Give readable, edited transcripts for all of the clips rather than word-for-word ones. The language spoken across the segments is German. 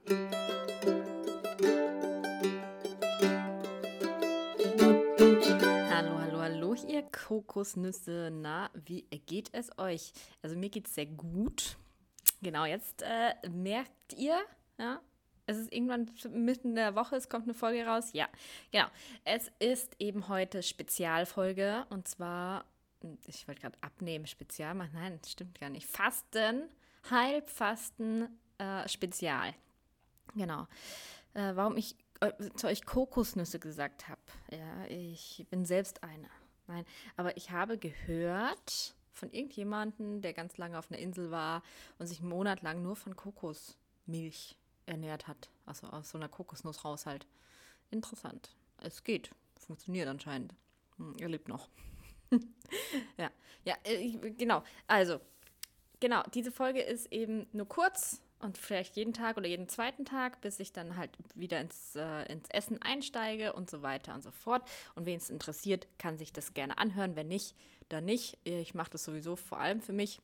Hallo, hallo, hallo, ihr Kokosnüsse. Na, wie geht es euch? Also mir geht es sehr gut. Genau, jetzt merkt ihr, ja, es ist irgendwann mitten in der Woche, es kommt eine Folge raus. Ja, genau. Es ist eben heute Spezialfolge und zwar, ich wollte gerade abnehmen, Spezial machen. Nein, das stimmt gar nicht. Fasten, Heilfasten, Spezial. Genau. Warum ich zu euch Kokosnüsse gesagt habe. Ja, ich bin selbst eine. Nein, aber ich habe gehört von irgendjemandem, der ganz lange auf einer Insel war und sich einen Monat lang nur von Kokosmilch ernährt hat. Also aus so einer Kokosnuss raus halt. Interessant. Es geht. Funktioniert anscheinend. Ihr lebt noch. Ja, ja, genau. Also, genau, diese Folge ist eben nur kurz und vielleicht jeden Tag oder jeden zweiten Tag, bis ich dann halt wieder ins Essen einsteige und so weiter und so fort. Und wen es interessiert, kann sich das gerne anhören. Wenn nicht, dann nicht. Ich mache das sowieso vor allem für mich.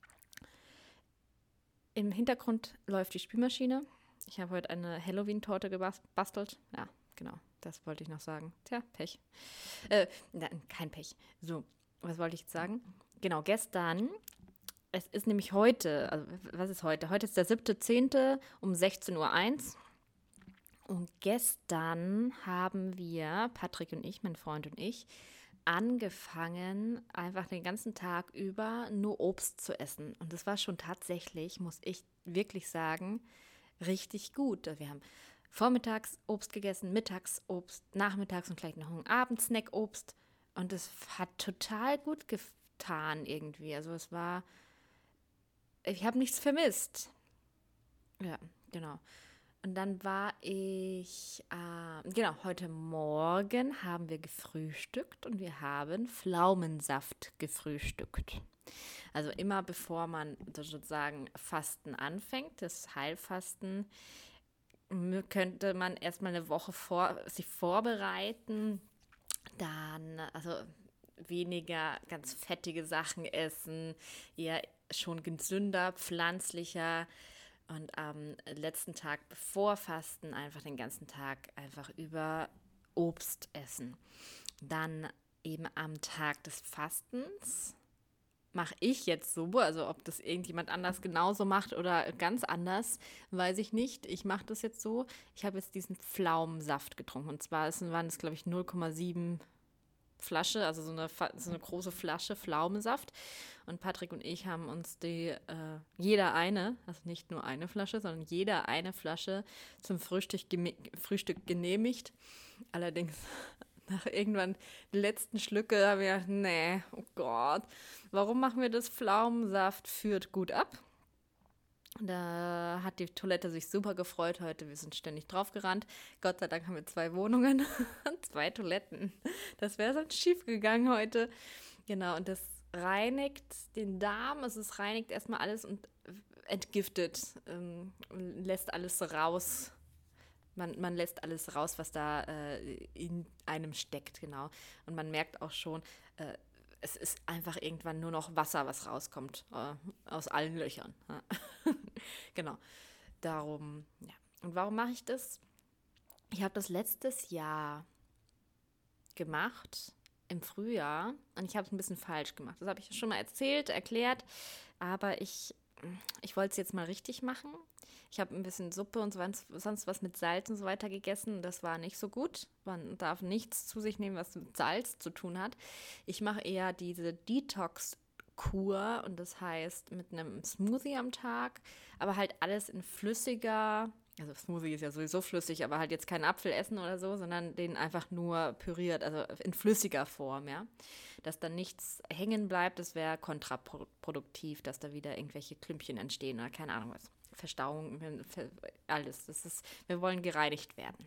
Im Hintergrund läuft die Spülmaschine. Ich habe heute eine Halloween-Torte gebastelt. Ja, genau, das wollte ich noch sagen. Tja, Pech. Nein, kein Pech. So, was wollte ich jetzt sagen? Genau, gestern. Es ist nämlich heute, also was ist heute? Heute ist der 7.10. um 16:01 Uhr. Und gestern haben wir, Patrick und ich, mein Freund und ich, angefangen, einfach den ganzen Tag über nur Obst zu essen. Und das war schon tatsächlich, muss ich wirklich sagen, richtig gut. Wir haben vormittags Obst gegessen, mittags Obst, nachmittags und gleich noch ein Abendsnack-Obst. Und es hat total gut getan irgendwie. Also es war, ich habe nichts vermisst. Ja, genau. Und dann war ich, genau, heute Morgen haben wir gefrühstückt und wir haben Pflaumensaft gefrühstückt. Also immer bevor man sozusagen Fasten anfängt, das Heilfasten, könnte man erstmal eine Woche sich vorbereiten, dann, also weniger ganz fettige Sachen essen, eher schon gesünder, pflanzlicher und am letzten Tag bevor Fasten einfach den ganzen Tag einfach über Obst essen. Dann eben am Tag des Fastens mache ich jetzt so, also ob das irgendjemand anders genauso macht oder ganz anders, weiß ich nicht. Ich mache das jetzt so. Ich habe jetzt diesen Pflaumensaft getrunken und zwar waren es, glaube ich, 0,7 Flasche, also so eine große Flasche Pflaumensaft. Und Patrick und ich haben uns jeder eine, also nicht nur eine Flasche, sondern jeder eine Flasche zum Frühstück genehmigt. Allerdings nach irgendwann den letzten Schlücke habe ich gedacht, nee, oh Gott, warum machen wir das? Pflaumensaft führt gut ab. Da hat die Toilette sich super gefreut heute. Wir sind ständig draufgerannt. Gott sei Dank haben wir 2 Wohnungen und 2 Toiletten. Das wäre sonst schief gegangen heute. Genau, und das reinigt den Darm. Also es reinigt erstmal alles und entgiftet, lässt alles raus. Man lässt alles raus, was da in einem steckt, genau. Und man merkt auch schon, es ist einfach irgendwann nur noch Wasser, was rauskommt aus allen Löchern. Ja. Genau. Darum, ja. Und warum mache ich das? Ich habe das letztes Jahr gemacht, im Frühjahr, und ich habe es ein bisschen falsch gemacht. Das habe ich schon mal erzählt, erklärt, aber ich wollte es jetzt mal richtig machen. Ich habe ein bisschen Suppe und sonst was mit Salz und so weiter gegessen. Das war nicht so gut. Man darf nichts zu sich nehmen, was mit Salz zu tun hat. Ich mache eher diese Detox-Kur und das heißt mit einem Smoothie am Tag, aber halt alles in flüssiger. Also Smoothie ist ja sowieso flüssig, aber halt jetzt keinen Apfel essen oder so, sondern den einfach nur püriert, also in flüssiger Form, ja. Dass dann nichts hängen bleibt, das wäre kontraproduktiv, dass da wieder irgendwelche Klümpchen entstehen oder keine Ahnung was. Verstauung, alles. Wir wollen gereinigt werden.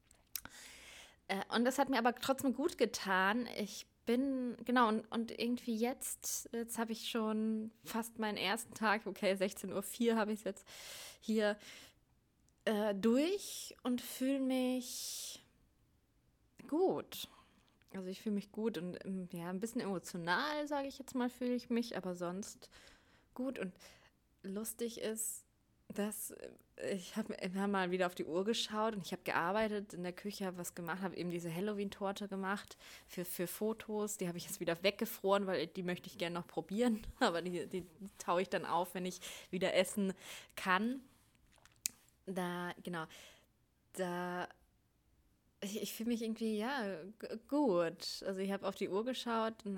Und das hat mir aber trotzdem gut getan. Genau, und irgendwie jetzt habe ich schon fast meinen ersten Tag, okay, 16:04 Uhr habe ich es jetzt hier durch und fühle mich gut. Also ich fühle mich gut und ja, ein bisschen emotional, sage ich jetzt mal, fühle ich mich, aber sonst gut. Und lustig ist, Ich habe immer mal wieder auf die Uhr geschaut und ich habe gearbeitet in der Küche, habe was gemacht, habe eben diese Halloween-Torte gemacht für Fotos. Die habe ich jetzt wieder weggefroren, weil die möchte ich gerne noch probieren. Aber die taue ich dann auf, wenn ich wieder essen kann. Genau, da, ich fühle mich irgendwie, ja, gut. Also ich habe auf die Uhr geschaut und,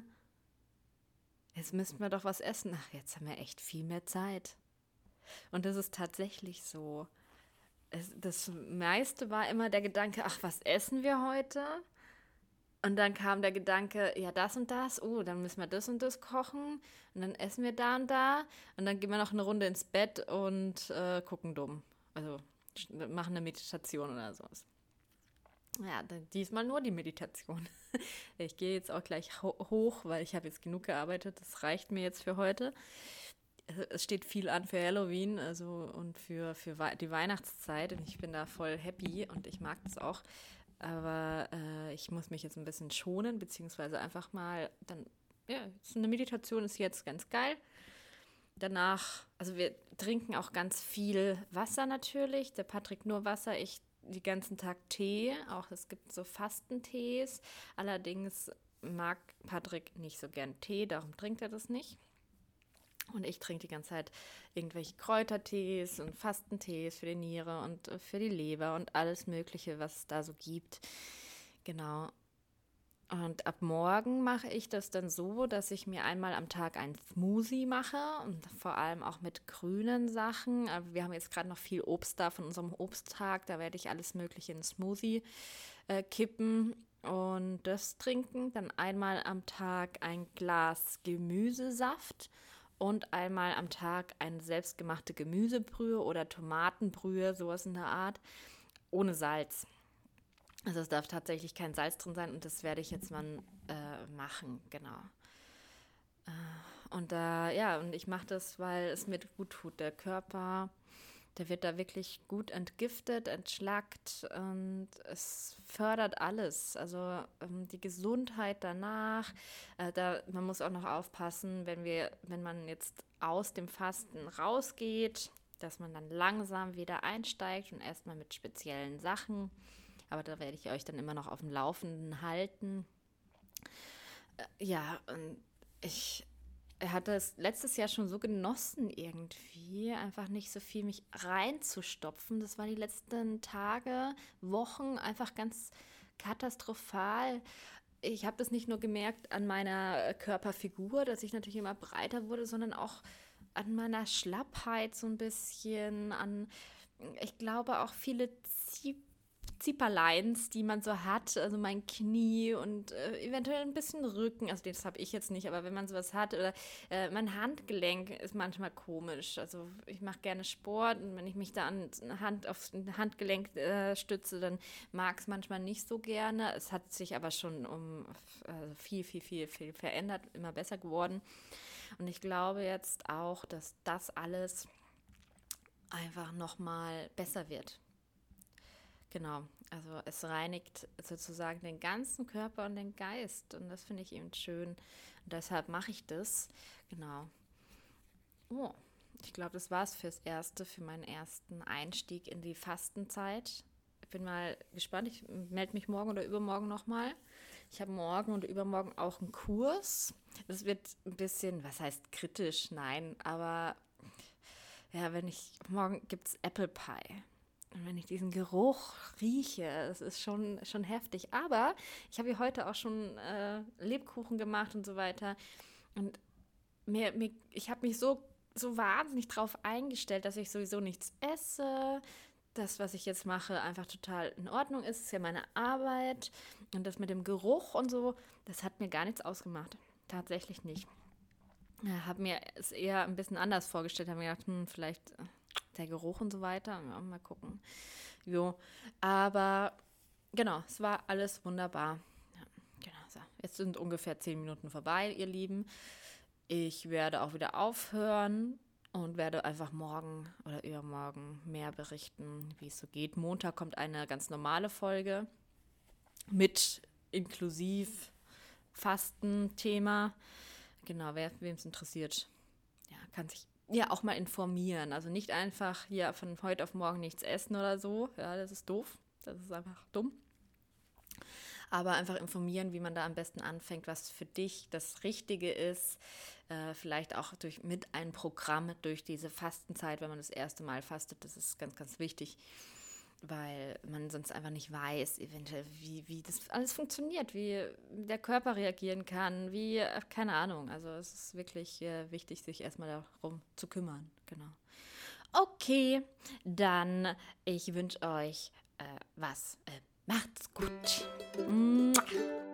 jetzt müssten wir doch was essen. Ach, jetzt haben wir echt viel mehr Zeit. Und das ist tatsächlich so. Das meiste war immer der Gedanke, ach, was essen wir heute? Und dann kam der Gedanke, ja, das und das, oh, dann müssen wir das und das kochen. Und dann essen wir da und da. Und dann gehen wir noch eine Runde ins Bett und gucken dumm. Also machen eine Meditation oder sowas. Ja, diesmal nur die Meditation. Ich gehe jetzt auch gleich hoch, weil ich habe jetzt genug gearbeitet. Das reicht mir jetzt für heute. Es steht viel an für Halloween, also und für die Weihnachtszeit. Und ich bin da voll happy und ich mag das auch. Aber ich muss mich jetzt ein bisschen schonen, beziehungsweise einfach mal dann, ja, so eine Meditation ist jetzt ganz geil. Danach, also wir trinken auch ganz viel Wasser natürlich. Der Patrick nur Wasser, ich den ganzen Tag Tee. Auch es gibt so Fastentees. Allerdings mag Patrick nicht so gern Tee, darum trinkt er das nicht. Und ich trinke die ganze Zeit irgendwelche Kräutertees und Fastentees für die Niere und für die Leber und alles Mögliche, was es da so gibt. Genau. Und ab morgen mache ich das dann so, dass ich mir einmal am Tag einen Smoothie mache und vor allem auch mit grünen Sachen. Aber wir haben jetzt gerade noch viel Obst da von unserem Obsttag. Da werde ich alles Mögliche in einen Smoothie kippen und das trinken. Dann einmal am Tag ein Glas Gemüsesaft und einmal am Tag eine selbstgemachte Gemüsebrühe oder Tomatenbrühe, sowas in der Art, ohne Salz. Also es darf tatsächlich kein Salz drin sein und das werde ich jetzt mal machen, genau. Und ja, und ich mache das, weil es mir gut tut. Der Körper, der wird da wirklich gut entgiftet, entschlackt und es fördert alles. Also die Gesundheit danach. Man muss auch noch aufpassen, wenn man jetzt aus dem Fasten rausgeht, dass man dann langsam wieder einsteigt und erstmal mit speziellen Sachen. Aber da werde ich euch dann immer noch auf dem Laufenden halten. Ja, und ich hatte es letztes Jahr schon so genossen irgendwie, einfach nicht so viel mich reinzustopfen. Das war die letzten Tage, Wochen einfach ganz katastrophal. Ich habe das nicht nur gemerkt an meiner Körperfigur, dass ich natürlich immer breiter wurde, sondern auch an meiner Schlappheit so ein bisschen, ich glaube auch viele Zieperleins, die man so hat, also mein Knie und eventuell ein bisschen Rücken, also das habe ich jetzt nicht, aber wenn man sowas hat oder mein Handgelenk ist manchmal komisch, also ich mache gerne Sport und wenn ich mich da auf ein Handgelenk stütze, dann mag es manchmal nicht so gerne, es hat sich aber schon viel verändert, immer besser geworden und ich glaube jetzt auch, dass das alles einfach nochmal besser wird. Genau, also es reinigt sozusagen den ganzen Körper und den Geist und das finde ich eben schön und deshalb mache ich das. Genau. Oh, ich glaube, das war es fürs Erste, für meinen ersten Einstieg in die Fastenzeit. Ich bin mal gespannt, ich melde mich morgen oder übermorgen nochmal. Ich habe morgen und übermorgen auch einen Kurs. Das wird ein bisschen, was heißt kritisch? Nein, aber ja, morgen gibt es Apple Pie. Und wenn ich diesen Geruch rieche, das ist schon heftig. Aber ich habe ja heute auch schon Lebkuchen gemacht und so weiter. Und ich habe mich so wahnsinnig drauf eingestellt, dass ich sowieso nichts esse. Das, was ich jetzt mache, einfach total in Ordnung ist. Ist ja meine Arbeit. Und das mit dem Geruch und so, das hat mir gar nichts ausgemacht. Tatsächlich nicht. Ja, habe mir es eher ein bisschen anders vorgestellt. Habe mir gedacht, vielleicht der Geruch und so weiter. Ja, mal gucken. Jo, aber genau, es war alles wunderbar. Ja, genau, so. Jetzt sind ungefähr 10 Minuten vorbei, ihr Lieben. Ich werde auch wieder aufhören und werde einfach morgen oder übermorgen mehr berichten, wie es so geht. Montag kommt eine ganz normale Folge mit inklusiv Fasten-Thema. Genau, wem es interessiert, ja, kann sich ja, auch mal informieren. Also nicht einfach hier von heute auf morgen nichts essen oder so. Ja, das ist doof. Das ist einfach dumm. Aber einfach informieren, wie man da am besten anfängt, was für dich das Richtige ist. Vielleicht auch mit einem Programm durch diese Fastenzeit, wenn man das erste Mal fastet. Das ist ganz, ganz wichtig, weil man sonst einfach nicht weiß, eventuell, wie das alles funktioniert, wie der Körper reagieren kann, keine Ahnung. Also es ist wirklich wichtig, sich erstmal darum zu kümmern. Genau. Okay, dann ich wünsche euch was. Macht's gut. Mua.